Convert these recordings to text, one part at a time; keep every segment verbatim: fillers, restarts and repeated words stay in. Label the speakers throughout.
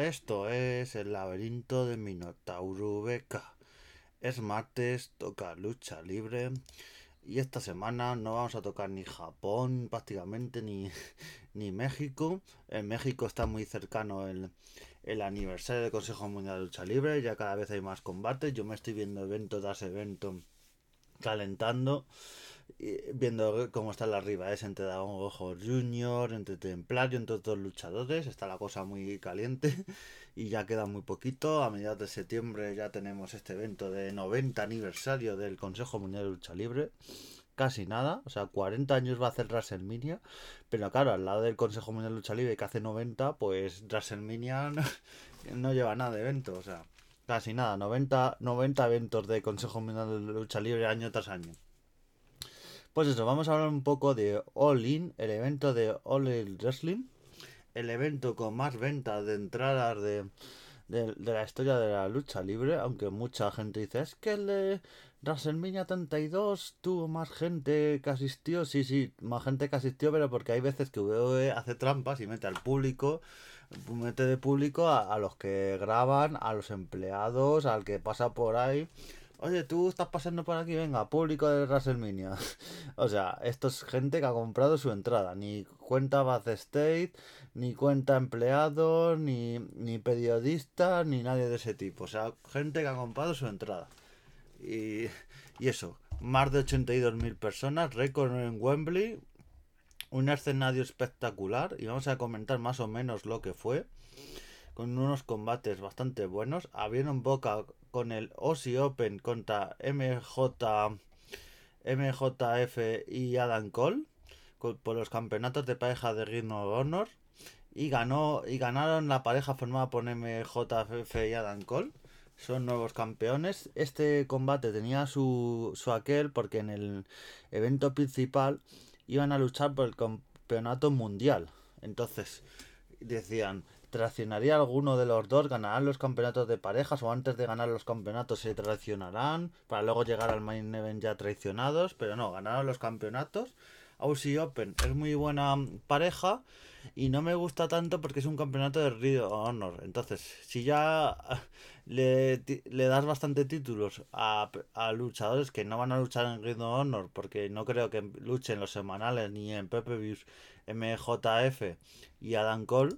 Speaker 1: Esto es el laberinto de Minotauro B K. Es martes, toca lucha libre. Y esta semana no vamos a tocar ni Japón prácticamente, ni, ni México. En México está muy cercano el, el aniversario del Consejo Mundial de Lucha Libre. Ya cada vez hay más combates. Yo me estoy viendo evento tras evento calentando, viendo cómo está la rivales entre Dragon Ojo Junior, entre Templario, entre otros luchadores. Está la cosa muy caliente y ya queda muy poquito. A mediados de septiembre ya tenemos este evento de noventa aniversario del Consejo Mundial de Lucha Libre. Casi nada, o sea, cuarenta años va a hacer WrestleMania, pero claro, al lado del Consejo Mundial de Lucha Libre que hace noventa, pues WrestleMania no, no lleva nada de evento, o sea, casi nada, noventa, noventa eventos de Consejo Mundial de Lucha Libre año tras año. Pues eso, vamos a hablar un poco de All In, el evento de All In Wrestling, el evento con más ventas de entradas de, de, de la historia de la lucha libre, aunque mucha gente dice, es que el de WrestleMania treinta y dos tuvo más gente que asistió, sí, sí, más gente que asistió, pero porque hay veces que V W E hace trampas y mete al público, mete de público a, a los que graban, a los empleados, al que pasa por ahí. Oye, tú estás pasando por aquí, venga, público de WrestleMania. O sea, esto es gente que ha comprado su entrada. Ni cuenta backstage, ni cuenta empleados, ni, ni periodistas, ni nadie de ese tipo. O sea, gente que ha comprado su entrada. Y, y eso, más de ochenta y dos mil personas, récord en Wembley, un escenario espectacular. Y vamos a comentar más o menos lo que fue, con unos combates bastante buenos. Abrieron boca con el Aussie Open contra M J, M J F y Adam Cole por los campeonatos de pareja de Ring of Honor, y ganó y ganaron la pareja formada por M J F y Adam Cole. Son nuevos campeones. Este combate tenía su, su aquel porque en el evento principal iban a luchar por el campeonato mundial. Entonces decían, ¿traicionaría alguno de los dos? ¿Ganarán los campeonatos de parejas? ¿O antes de ganar los campeonatos se traicionarán? Para luego llegar al main event ya traicionados. Pero no, ganaron los campeonatos. Aussie Open es muy buena pareja y no me gusta tanto porque es un campeonato de Ring of Honor. Entonces, si ya le, le das bastante títulos a, a luchadores que no van a luchar en Ring of Honor, porque no creo que luchen los semanales ni en P P Vs, M J F y Adam Cole,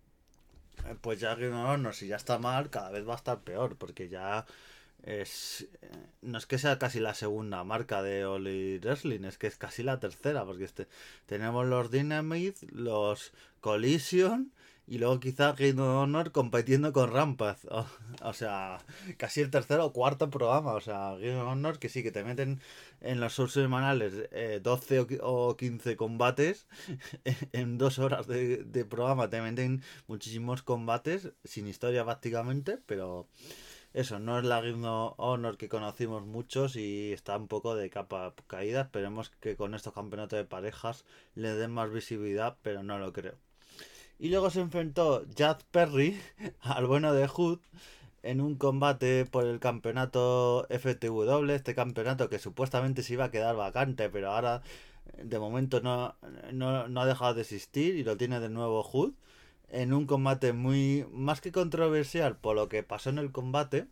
Speaker 1: pues ya Ring of Honor, si ya está mal, cada vez va a estar peor, porque ya es, no es que sea casi la segunda marca de All Elite Wrestling, es que es casi la tercera, porque este, tenemos los Dynamite, los Collision y luego quizá Ring of Honor compitiendo con Rampage. O, o sea, casi el tercero o cuarto programa. O sea, Ring of Honor que sí, que te meten en los shows semanales eh, doce o quince combates en dos horas de, de programa. Te meten muchísimos combates sin historia prácticamente, pero eso, no es la Ring of Honor que conocimos muchos y está un poco de capa caída. Esperemos que con estos campeonatos de parejas le den más visibilidad, pero no lo creo. Y luego se enfrentó Jack Perry al bueno de Hood en un combate por el campeonato F T W, este campeonato que supuestamente se iba a quedar vacante, pero ahora de momento no, no, no ha dejado de existir y lo tiene de nuevo Hood, en un combate muy más que controversial por lo que pasó en el combate,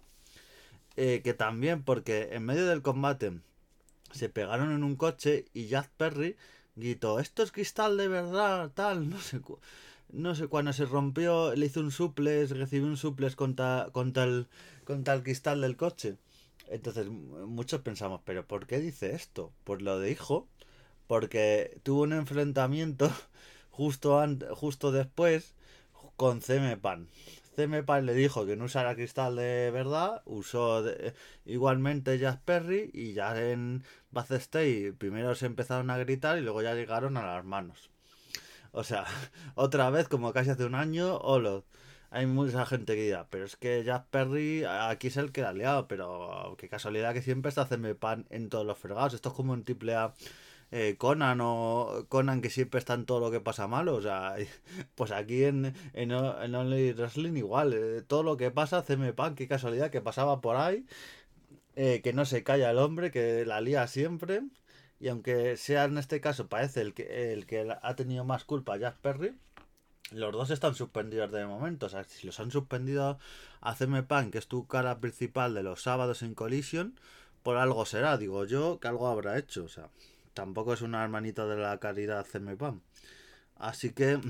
Speaker 1: eh, que también porque en medio del combate se pegaron en un coche y Jack Perry gritó, esto es cristal de verdad, tal, no sé cu no sé, cuando se rompió, le hizo un suplex, recibió un suplex contra, contra, el, contra el cristal del coche. Entonces muchos pensamos, ¿pero por qué dice esto? Pues lo dijo porque tuvo un enfrentamiento justo, an justo después con C M Pan. C M Pan le dijo que no usara cristal de verdad, usó de, igualmente Jack Perry, y ya en backstage primero se empezaron a gritar y luego ya llegaron a las manos. O sea, otra vez como casi hace un año, Olo. Hay mucha gente que dirá, pero es que Jack Perry aquí es el que la ha liado, pero qué casualidad que siempre está C M Pan en todos los fregados. Esto es como en triple A eh, Conan o Conan, que siempre está en todo lo que pasa mal. O sea, pues aquí en, en, en Only Wrestling igual, eh, todo lo que pasa C M Pan, qué casualidad que pasaba por ahí, eh, que no se calla el hombre, que la lía siempre. Y aunque sea en este caso parece el que, el que ha tenido más culpa Jack Perry, los dos están suspendidos de momento. O sea, si los han suspendido a C M Punk, que es tu cara principal de los sábados en Collision, por algo será, digo yo, que algo habrá hecho. O sea, tampoco es una hermanita de la caridad C M Punk. Así que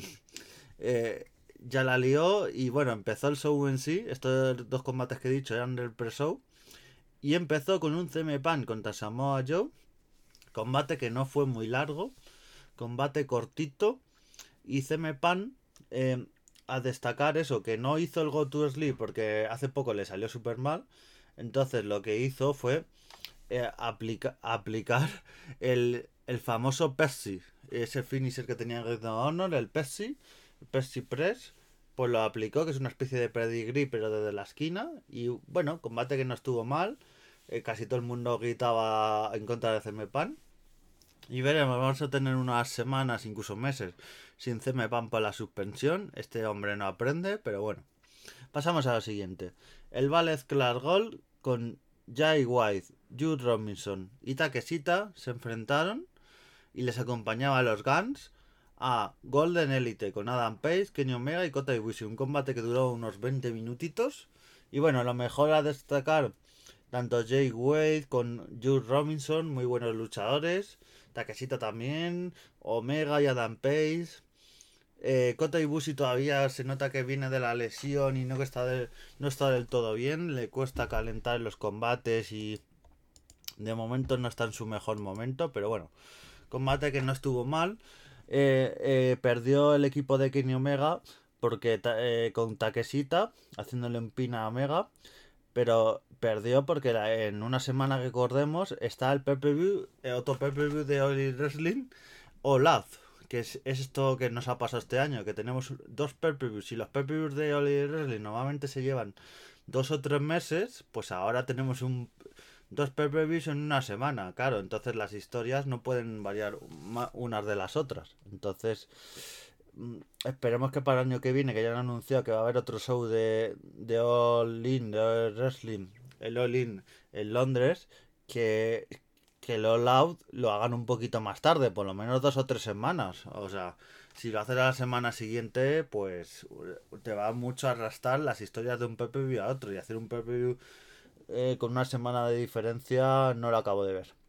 Speaker 1: eh, ya la lió y bueno, empezó el show en sí. Estos dos combates que he dicho eran del pre-show. Y empezó con un C M Punk contra Samoa Joe. Combate que no fue muy largo. Combate cortito. Y C M Punk, eh, a destacar eso, que no hizo el Go to Sleep porque hace poco le salió súper mal. Entonces lo que hizo fue eh, aplica, aplicar el, el famoso Pepsi. Ese finisher que tenía en Ring of Honor, el Pepsi, el Pepsi Press, pues lo aplicó, que es una especie de pedigree, pero desde la esquina. Y bueno, combate que no estuvo mal. Eh, casi todo el mundo gritaba en contra de C M Punk. Y veremos, vamos a tener unas semanas, incluso meses, sin C M Punk por la suspensión. Este hombre no aprende, pero bueno. Pasamos a lo siguiente. El Ballet Class Gold con Jay White, Jude Robinson y Takeshita se enfrentaron y les acompañaba a los Guns a Golden Elite con Adam Page, Kenny Omega y Kota Ibushi. Un combate que duró unos veinte minutitos. Y bueno, lo mejor a destacar, tanto Jay Wade con Jude Robinson, muy buenos luchadores. Takeshita también, Omega y Adam Page. Eh, Kota Ibushi todavía se nota que viene de la lesión y no que está de, no está del todo bien. Le cuesta calentar en los combates y de momento no está en su mejor momento. Pero bueno, combate que no estuvo mal. Eh, eh, perdió el equipo de Kenny Omega porque eh, con Takeshita haciéndole un pin a Omega. Pero perdió porque la, en una semana, recordemos, está el pay-per-view, eh, otro pay-per-view de All Elite Wrestling, All Out, que es, es esto que nos ha pasado este año, que tenemos dos pay-per-views. Y los pay-per-views de All Elite Wrestling normalmente se llevan dos o tres meses, pues ahora tenemos un dos pay-per-views en una semana, claro. Entonces las historias no pueden variar unas de las otras. Entonces esperemos que para el año que viene, que ya han anunciado que va a haber otro show de, de All In, de All Wrestling, el All In en Londres, que, que el All Out lo hagan un poquito más tarde, por lo menos dos o tres semanas. O sea, si lo haces a la semana siguiente, pues te va mucho a arrastrar las historias de un P P V a otro. Y hacer un P P V eh, con una semana de diferencia no lo acabo de ver.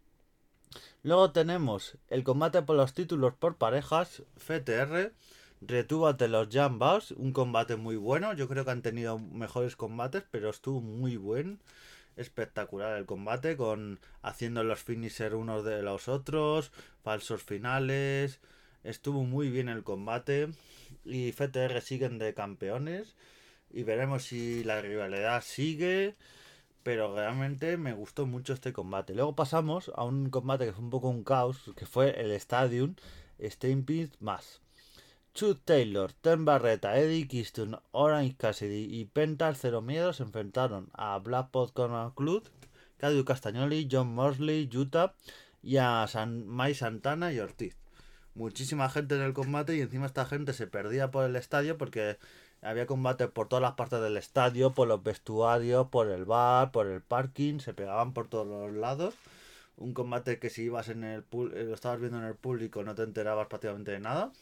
Speaker 1: Luego tenemos el combate por los títulos por parejas, F T R, retuvo ante los Young Bucks, un combate muy bueno. Yo creo que han tenido mejores combates, pero estuvo muy buen. Espectacular el combate, con haciendo los finisher unos de los otros, falsos finales. Estuvo muy bien el combate. Y F T R siguen de campeones. Y veremos si la rivalidad sigue. Pero realmente me gustó mucho este combate. Luego pasamos a un combate que fue un poco un caos, que fue el Stadium Stampede más. Chuck Taylor, Ten Barreta, Eddie Kingston, Orange Cassidy y Penta Cero Miedo se enfrentaron a Blackpool Combat Club, Cadu Castagnoli, John Mosley, Utah y a San Mike Santana y Ortiz. Muchísima gente en el combate y encima esta gente se perdía por el estadio porque había combate por todas las partes del estadio, por los vestuarios, por el bar, por el parking, se pegaban por todos los lados. Un combate que si ibas en el lo estabas viendo en el público no te enterabas prácticamente de nada.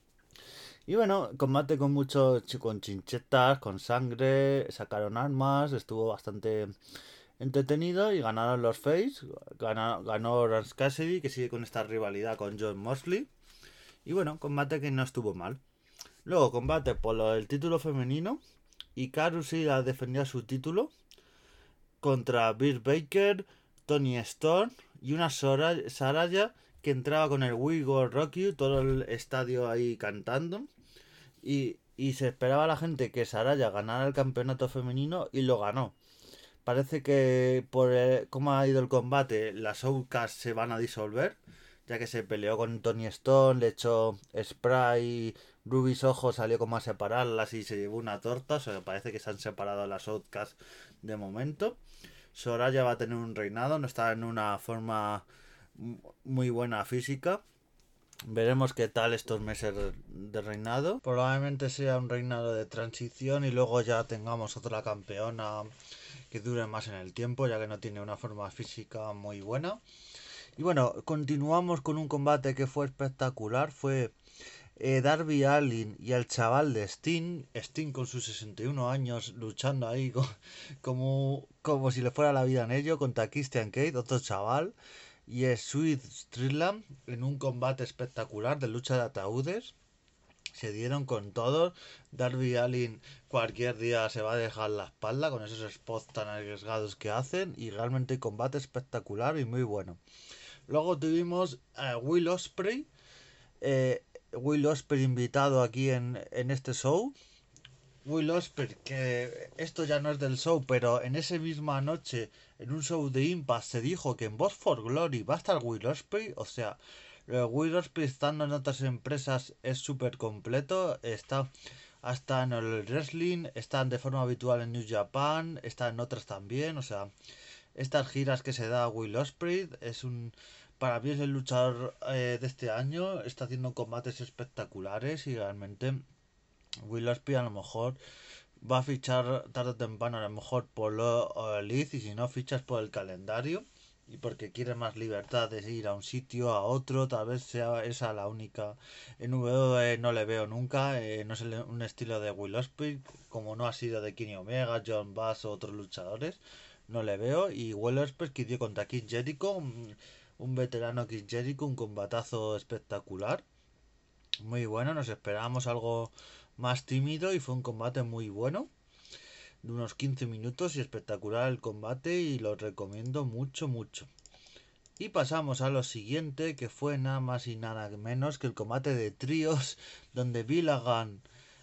Speaker 1: Y bueno, combate con mucho, con chinchetas, con sangre, sacaron armas, estuvo bastante entretenido y ganaron los Face. Ganó, ganó Orange Cassidy, que sigue con esta rivalidad con John Mosley. Y bueno, combate que no estuvo mal. Luego combate por lo del título femenino. Y Karusila defendía su título contra Britt Baker, Tony Storm y una Saraya que entraba con el We Go Rock You, todo el estadio ahí cantando. Y, y se esperaba a la gente que Saraya ganara el campeonato femenino y lo ganó. Parece que por el, cómo ha ido el combate, las Outcasts se van a disolver, ya que se peleó con Tony Stone, le echó spray, Ruby's Ojo salió como a separarlas y se llevó una torta. O sea, parece que se han separado las Outcasts de momento. Soraya va a tener un reinado, no está en una forma muy buena física. Veremos qué tal estos meses de reinado. Probablemente sea un reinado de transición y luego ya tengamos otra campeona que dure más en el tiempo, ya que no tiene una forma física muy buena. Y bueno, continuamos con un combate que fue espectacular. Fue eh, Darby Allin y el chaval de Sting, Sting con sus sesenta y uno años luchando ahí co- como, como si le fuera la vida en ello contra Christian Cage, otro chaval, y es Sweet Strickland en un combate espectacular de lucha de ataúdes. Se dieron con todo. Darby Allin cualquier día se va a dejar la espalda con esos spots tan arriesgados que hacen y realmente combate espectacular y muy bueno. Luego tuvimos a Will Ospreay, eh, Will Ospreay invitado aquí en, en este show. Will Ospreay, que esto ya no es del show, pero en esa misma noche, en un show de Impact, se dijo que en Boss for Glory va a estar Will Ospreay. O sea, eh, Will Ospreay estando en otras empresas es súper completo. Está hasta en el wrestling, está de forma habitual en New Japan, está en otras también. O sea, estas giras que se da Will Ospreay es un... Para mí es el luchador eh, de este año. Está haciendo combates espectaculares y realmente Will Ospreay a lo mejor va a fichar tarde o temprano, a lo mejor por lo o Leeds, y si no fichas por el calendario y porque quiere más libertad de ir a un sitio, a otro, tal vez sea esa la única. En W W E no le veo nunca, eh, no es el- un estilo de Will Ospreay, como no ha sido de Kenny Omega, John Bass o otros luchadores, no le veo. Y Will Ospreay que dio contra Chris Jericho, un, un veterano Chris Jericho, un combatazo espectacular. Muy bueno, nos esperábamos algo más tímido y fue un combate muy bueno, de unos quince minutos y espectacular el combate y lo recomiendo mucho, mucho. Y pasamos a lo siguiente, que fue nada más y nada menos que el combate de tríos, donde Bill Hagan,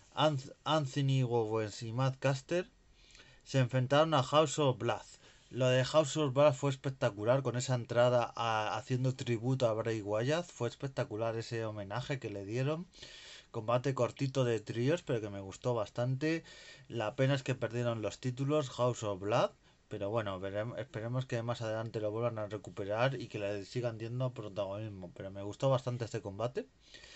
Speaker 1: Anthony Owens y Matt Caster se enfrentaron a House of Blood. Lo de House of Blood fue espectacular con esa entrada a, haciendo tributo a Bray Wyatt. Fue espectacular ese homenaje que le dieron. Combate cortito de tríos, pero que me gustó bastante. La pena es que perdieron los títulos House of Blood. Pero bueno, veremos, esperemos que más adelante lo vuelvan a recuperar y que le sigan dando protagonismo. Pero me gustó bastante este combate.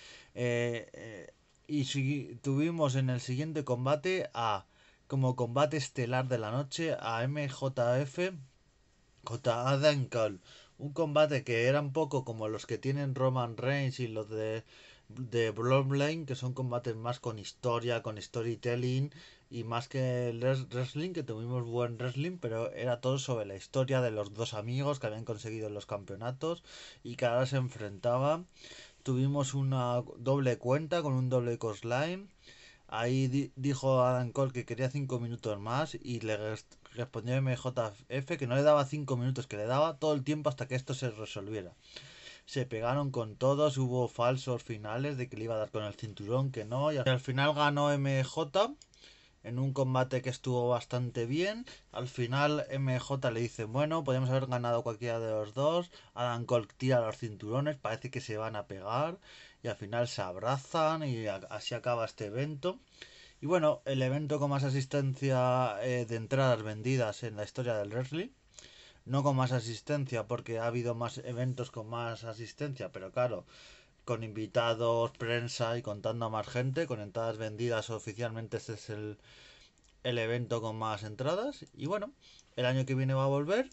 Speaker 1: Eh, eh, y si, tuvimos en el siguiente combate a, como combate estelar de la noche, a M J F contra Adam Cole. Un combate que era un poco como los que tienen Roman Reigns y los de, de Bloodline, que son combates más con historia, con storytelling y más que el wrestling, que tuvimos buen wrestling, pero era todo sobre la historia de los dos amigos que habían conseguido los campeonatos y que ahora se enfrentaban. Tuvimos una doble cuenta con un doble coastline. Ahí di- dijo Adam Cole que quería cinco minutos más y le res- respondió M J F que no le daba cinco minutos, que le daba todo el tiempo hasta que esto se resolviera. Se pegaron con todos, hubo falsos finales de que le iba a dar con el cinturón, que no, y al final ganó M J en un combate que estuvo bastante bien. Al final M J le dice, bueno, podemos haber ganado cualquiera de los dos. Adam Cole tira los cinturones, parece que se van a pegar y al final se abrazan y así acaba este evento. Y bueno, el evento con más asistencia eh, de entradas vendidas en la historia del wrestling. No con más asistencia porque ha habido más eventos con más asistencia, pero claro, con invitados, prensa y contando a más gente, con entradas vendidas oficialmente este es el, el evento con más entradas. Y bueno, el año que viene va a volver.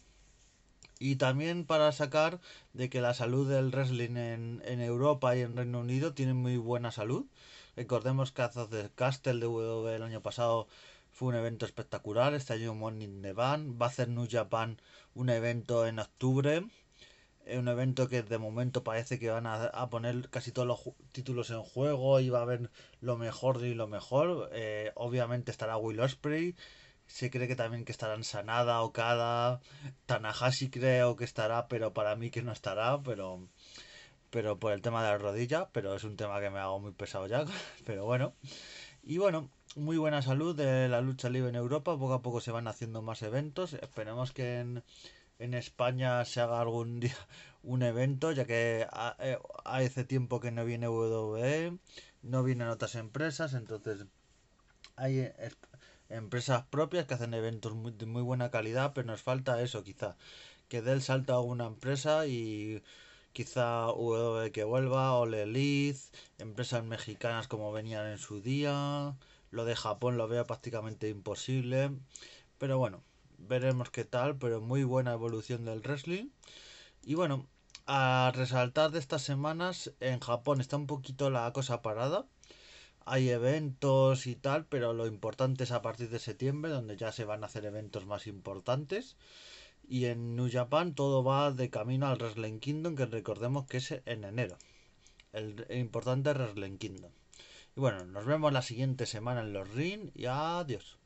Speaker 1: Y también para sacar de que la salud del wrestling en, en Europa y en Reino Unido tiene muy buena salud. Recordemos que hace Castle de W W E el año pasado fue un evento espectacular. Este año Morning the Band. Va a hacer New Japan un evento en octubre. Un evento que de momento parece que van a, a poner casi todos los títulos en juego y va a haber lo mejor de lo mejor. Eh, obviamente estará Will Ospreay. Se cree que también que estarán Sanada, Okada, Tanahashi creo que estará, pero para mí que no estará, pero pero por el tema de la rodilla, pero es un tema que me hago muy pesado ya, pero bueno. Y bueno, muy buena salud de la lucha libre en Europa, poco a poco se van haciendo más eventos, esperemos que en, en España se haga algún día un evento, ya que eh, hace tiempo que no viene W W E, no vienen otras empresas, entonces hay eh, empresas propias que hacen eventos muy, de muy buena calidad, pero nos falta eso quizá, que dé el salto a una empresa y quizá W W E que vuelva, o Elite, empresas mexicanas como venían en su día, lo de Japón lo veo prácticamente imposible, pero bueno, veremos qué tal, pero muy buena evolución del wrestling. Y bueno, A resaltar de estas semanas, en Japón está un poquito la cosa parada. Hay eventos y tal, pero lo importante es a partir de septiembre, donde ya se van a hacer eventos más importantes. Y en New Japan todo va de camino al Wrestling Kingdom, que recordemos que es en enero. El importante Wrestling Kingdom. Y bueno, nos vemos la siguiente semana en los ring y adiós.